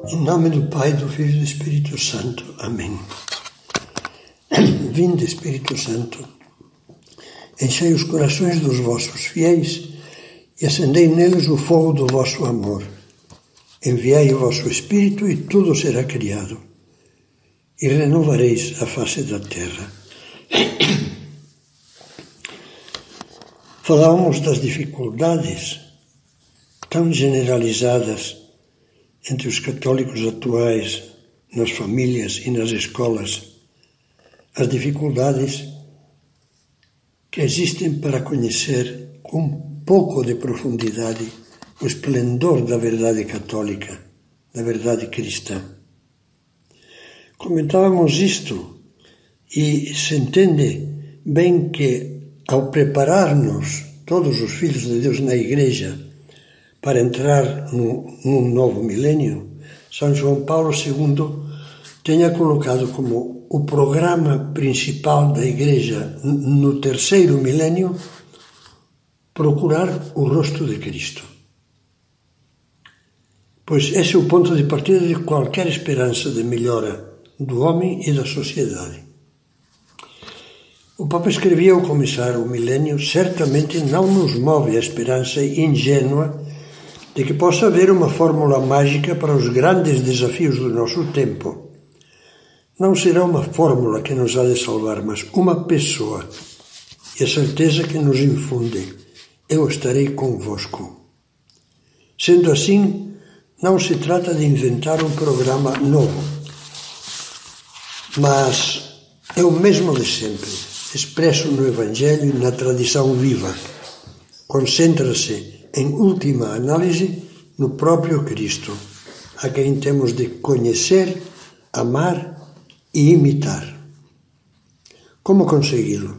Em nome do Pai, do Filho e do Espírito Santo. Amém. Vinde, Espírito Santo, enchei os corações dos vossos fiéis e acendei neles o fogo do vosso amor. Enviai o vosso Espírito e tudo será criado, e renovareis a face da terra. Falávamos das dificuldades tão generalizadas entre os católicos atuais, nas famílias e nas escolas, as dificuldades que existem para conhecer com um pouco de profundidade o esplendor da verdade católica, da verdade cristã. Comentávamos isto e se entende bem que, ao preparar-nos, todos os filhos de Deus na Igreja, para entrar num novo milênio, São João Paulo II tenha colocado como o programa principal da Igreja no terceiro milênio procurar o rosto de Cristo. Pois esse é o ponto de partida de qualquer esperança de melhora do homem e da sociedade. O Papa escrevia ao começar o milênio: certamente não nos move a esperança ingênua de que possa haver uma fórmula mágica para os grandes desafios do nosso tempo. Não será uma fórmula que nos há de salvar, mas uma pessoa, e a certeza que nos infunde: eu estarei convosco. Sendo assim, não se trata de inventar um programa novo, mas é o mesmo de sempre, expresso no Evangelho e na tradição viva. Concentra-se, em última análise, no próprio Cristo, a quem temos de conhecer, amar e imitar. Como consegui-lo?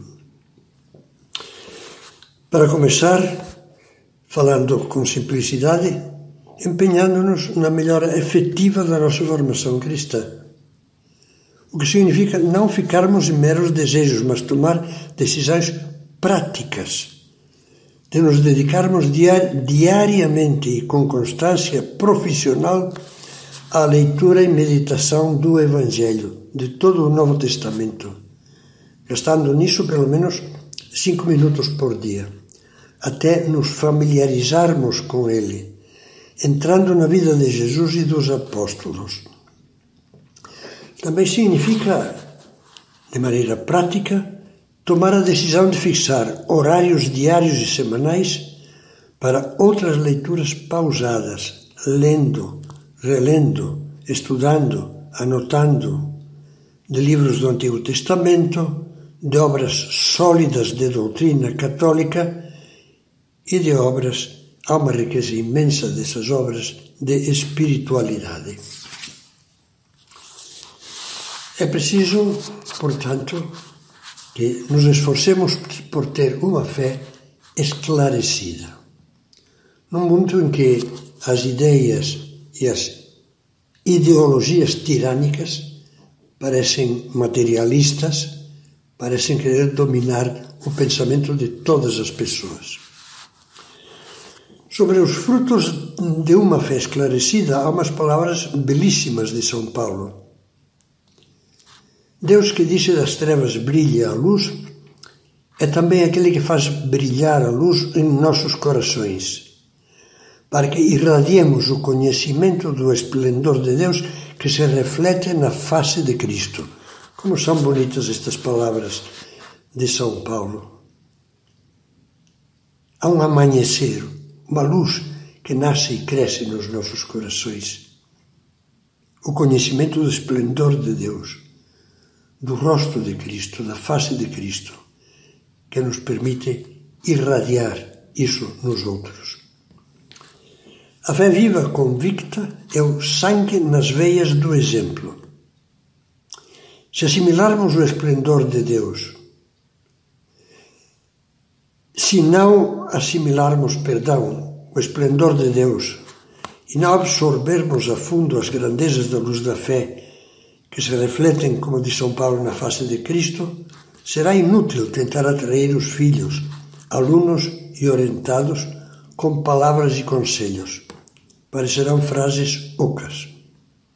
Para começar, falando com simplicidade, empenhando-nos na melhora efetiva da nossa formação cristã. O que significa não ficarmos em meros desejos, mas tomar decisões práticas, de nos dedicarmos diariamente e com constância profissional à leitura e meditação do Evangelho, de todo o Novo Testamento, gastando nisso pelo menos 5 minutos por dia, até nos familiarizarmos com ele, entrando na vida de Jesus e dos apóstolos. Também significa, de maneira prática, tomar a decisão de fixar horários diários e semanais para outras leituras pausadas, lendo, relendo, estudando, anotando, de livros do Antigo Testamento, de obras sólidas de doutrina católica e de obras, há uma riqueza imensa dessas obras, de espiritualidade. É preciso, portanto, que nos esforcemos por ter uma fé esclarecida. Num mundo em que as ideias e as ideologias tirânicas parecem materialistas, parecem querer dominar o pensamento de todas as pessoas. Sobre os frutos de uma fé esclarecida, há umas palavras belíssimas de São Paulo. Deus, que disse das trevas brilha a luz, é também aquele que faz brilhar a luz em nossos corações, para que irradiemos o conhecimento do esplendor de Deus que se reflete na face de Cristo. Como são bonitas estas palavras de São Paulo. Há um amanhecer, uma luz que nasce e cresce nos nossos corações. O conhecimento do esplendor de Deus, do rosto de Cristo, da face de Cristo, que nos permite irradiar isso nos outros. A fé viva, convicta, é o sangue nas veias do exemplo. Se assimilarmos o esplendor de Deus, se não assimilarmos, o esplendor de Deus e não absorvermos a fundo as grandezas da luz da fé, que se refletem, como diz São Paulo, na face de Cristo, será inútil tentar atrair os filhos, alunos e orientados com palavras e conselhos. Parecerão frases ocas.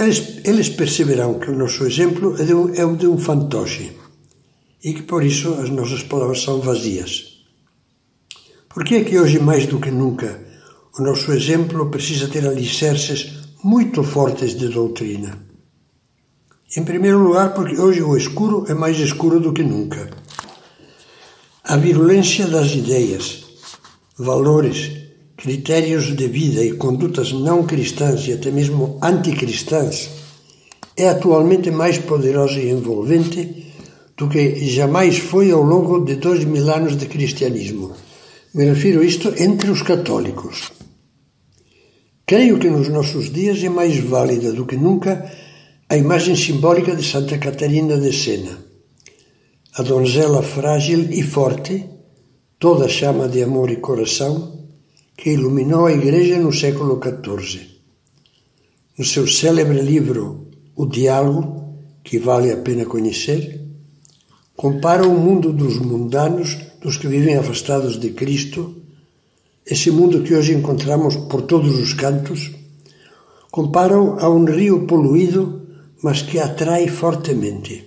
eles perceberão que o nosso exemplo é o de um fantoche e que por isso as nossas palavras são vazias. Por que é que hoje, mais do que nunca, o nosso exemplo precisa ter alicerces muito fortes de doutrina? Em primeiro lugar, porque hoje o escuro é mais escuro do que nunca. A virulência das ideias, valores, critérios de vida e condutas não cristãs e até mesmo anticristãs é atualmente mais poderosa e envolvente do que jamais foi ao longo de 2000 anos de cristianismo. Me refiro a isto entre os católicos. Creio que nos nossos dias é mais válida do que nunca a imagem simbólica de Santa Catarina de Sena, a donzela frágil e forte, toda chama de amor e coração, que iluminou a Igreja no século XIV. No seu célebre livro O Diálogo, que vale a pena conhecer, compara o mundo dos mundanos, dos que vivem afastados de Cristo, esse mundo que hoje encontramos por todos os cantos, compara-o a um rio poluído, mas que atrai fortemente.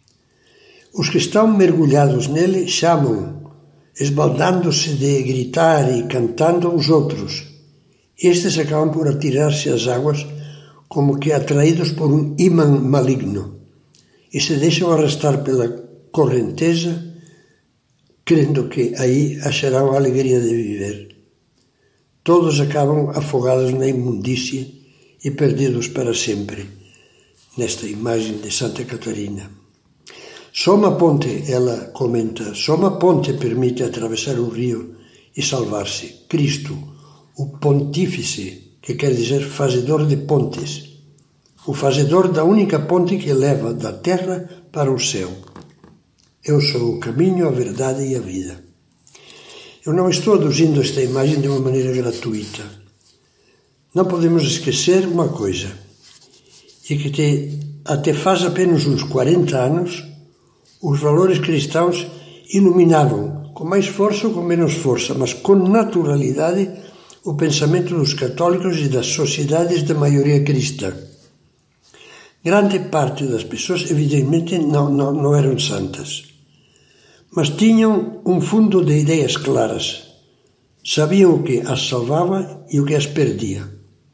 Os que estão mergulhados nele chamam, esbaldando-se de gritar e cantando os outros. Estes acabam por atirar-se às águas como que atraídos por um imã maligno e se deixam arrastar pela correnteza, crendo que aí acharão a alegria de viver. Todos acabam afogados na imundície e perdidos para sempre, nesta imagem de Santa Catarina. Só uma ponte, ela comenta, só uma ponte permite atravessar o rio e salvar-se. Cristo, o pontífice, que quer dizer fazedor de pontes, o fazedor da única ponte que leva da terra para o céu. Eu sou o caminho, a verdade e a vida. Eu não estou aduzindo esta imagem de uma maneira gratuita. Não podemos esquecer uma coisa, e que até faz apenas uns 40 anos, os valores cristãos iluminavam, com mais força ou com menos força, mas com naturalidade, o pensamento dos católicos e das sociedades da maioria cristã. Grande parte das pessoas, evidentemente, não eram santas, mas tinham um fundo de ideias claras. Sabiam o que as salvava e o que as perdia.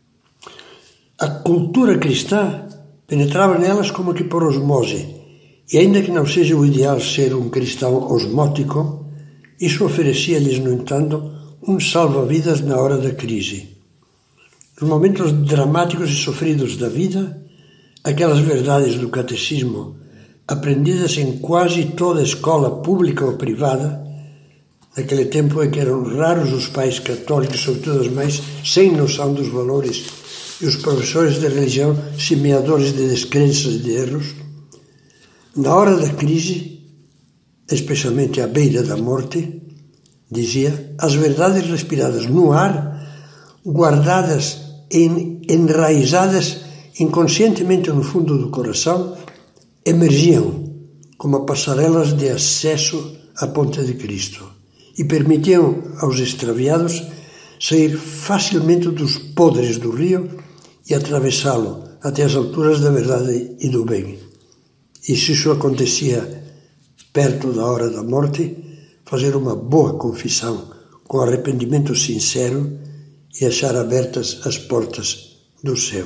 A cultura cristã penetrava nelas como que por osmose, e ainda que não seja o ideal ser um cristão osmótico, isso oferecia-lhes, no entanto, um salva-vidas na hora da crise. Nos momentos dramáticos e sofridos da vida, aquelas verdades do catecismo, aprendidas em quase toda escola pública ou privada, naquele tempo em que eram raros os pais católicos, sobretudo os mais sem noção dos valores, e os professores de religião semeadores de descrenças e de erros, na hora da crise, especialmente à beira da morte, dizia, as verdades respiradas no ar, guardadas e enraizadas inconscientemente no fundo do coração, emergiam como passarelas de acesso à ponte de Cristo e permitiam aos extraviados sair facilmente dos podres do rio e atravessá-lo até as alturas da verdade e do bem. E se isso acontecia perto da hora da morte, fazer uma boa confissão com arrependimento sincero e achar abertas as portas do céu.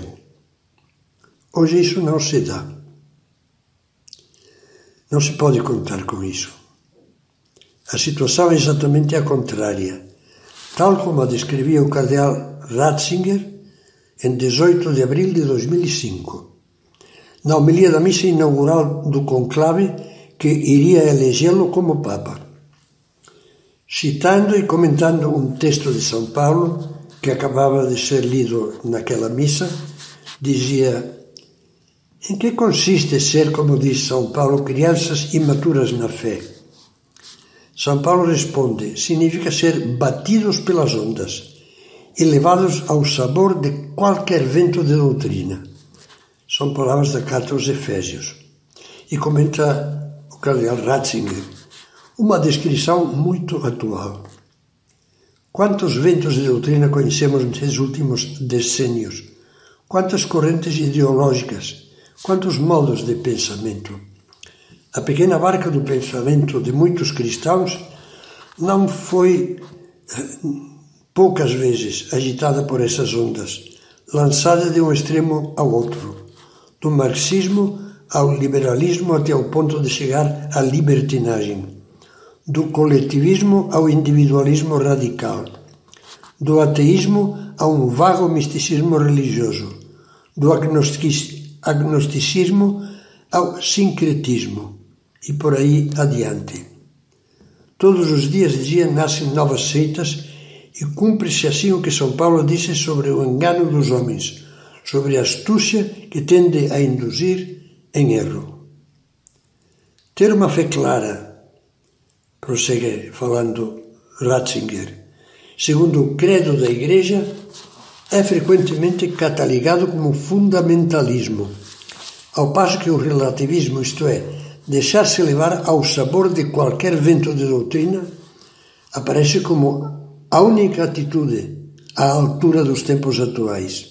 Hoje isso não se dá. Não se pode contar com isso. A situação é exatamente a contrária, tal como a descrevia o cardeal Ratzinger em 18 de abril de 2005, na homilia da missa inaugural do conclave que iria elegê-lo como Papa. Citando e comentando um texto de São Paulo, que acabava de ser lido naquela missa, dizia: em que consiste ser, como diz São Paulo, crianças imaturas na fé? São Paulo responde: significa ser batidos pelas ondas e levados ao sabor de qualquer vento de doutrina. São palavras da carta aos Efésios. E comenta o cardeal Ratzinger, uma descrição muito atual. Quantos ventos de doutrina conhecemos nesses últimos decênios, quantas correntes ideológicas, quantos modos de pensamento. A pequena barca do pensamento de muitos cristãos não foi poucas vezes agitada por essas ondas, lançada de um extremo ao outro, do marxismo ao liberalismo até ao ponto de chegar à libertinagem, do coletivismo ao individualismo radical, do ateísmo a um vago misticismo religioso, do agnosticismo ao sincretismo e por aí adiante. Todos os dias nascem novas seitas e cumpre-se assim o que São Paulo disse sobre o engano dos homens, sobre a astúcia que tende a induzir em erro. Ter uma fé clara, prossegue falando Ratzinger, segundo o credo da Igreja, é frequentemente catalogado como fundamentalismo, ao passo que o relativismo, isto é, deixar-se levar ao sabor de qualquer vento de doutrina, aparece como a única atitude à altura dos tempos atuais.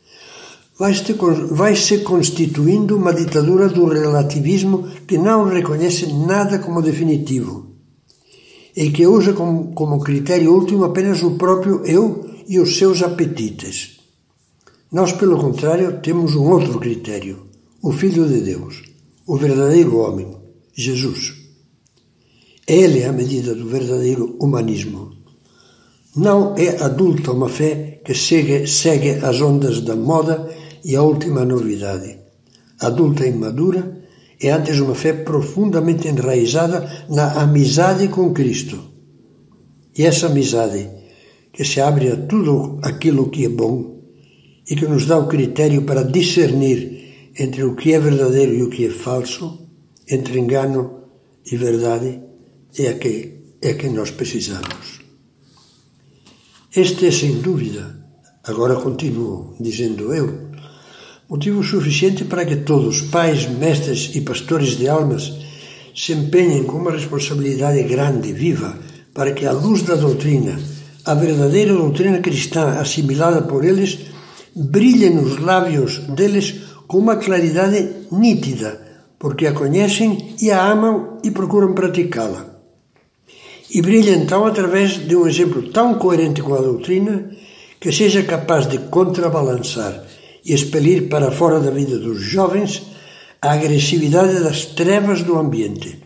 Vai-se constituindo uma ditadura do relativismo que não reconhece nada como definitivo e que usa como critério último apenas o próprio eu e os seus apetites. Nós, pelo contrário, temos um outro critério, o Filho de Deus, o verdadeiro homem, Jesus. Ele é a medida do verdadeiro humanismo. Não é adulta uma fé que segue as ondas da moda e a última novidade. Adulta e madura é antes uma fé profundamente enraizada na amizade com Cristo. E essa amizade, que se abre a tudo aquilo que é bom e que nos dá o critério para discernir entre o que é verdadeiro e o que é falso, entre engano e verdade, é a que nós precisamos. Este é, sem dúvida, agora continuo dizendo eu, motivo suficiente para que todos, pais, mestres e pastores de almas, se empenhem com uma responsabilidade grande, viva, para que a luz da doutrina, a verdadeira doutrina cristã assimilada por eles, brilhe nos lábios deles com uma claridade nítida, porque a conhecem e a amam e procuram praticá-la. E brilhe então através de um exemplo tão coerente com a doutrina que seja capaz de contrabalançar e expelir para fora da vida dos jovens a agressividade das trevas do ambiente.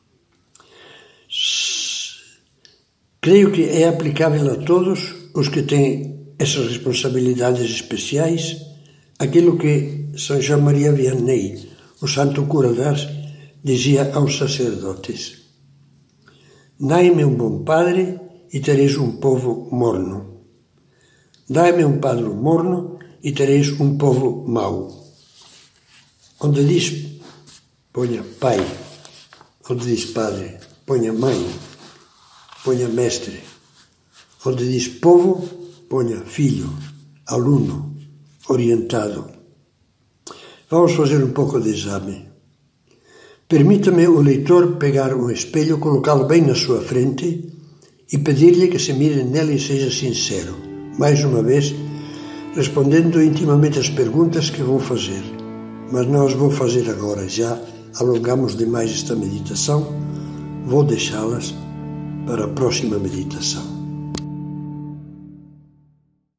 Creio que é aplicável a todos os que têm essas responsabilidades especiais aquilo que São João Maria Vianney, o santo cura d'Ars, dizia aos sacerdotes: dai-me um bom padre e tereis um povo morno. Dai-me um padre morno e tereis um povo mau. Onde diz, ponha pai. Onde diz padre, ponha mãe. Ponha mestre. Onde diz povo, ponha filho, aluno, orientado. Vamos fazer um pouco de exame. Permita-me o leitor pegar um espelho, colocá-lo bem na sua frente e pedir-lhe que se mire nele e seja sincero. Mais uma vez, respondendo intimamente as perguntas que vou fazer. Mas não as vou fazer agora, já alongamos demais esta meditação. Vou deixá-las para a próxima meditação.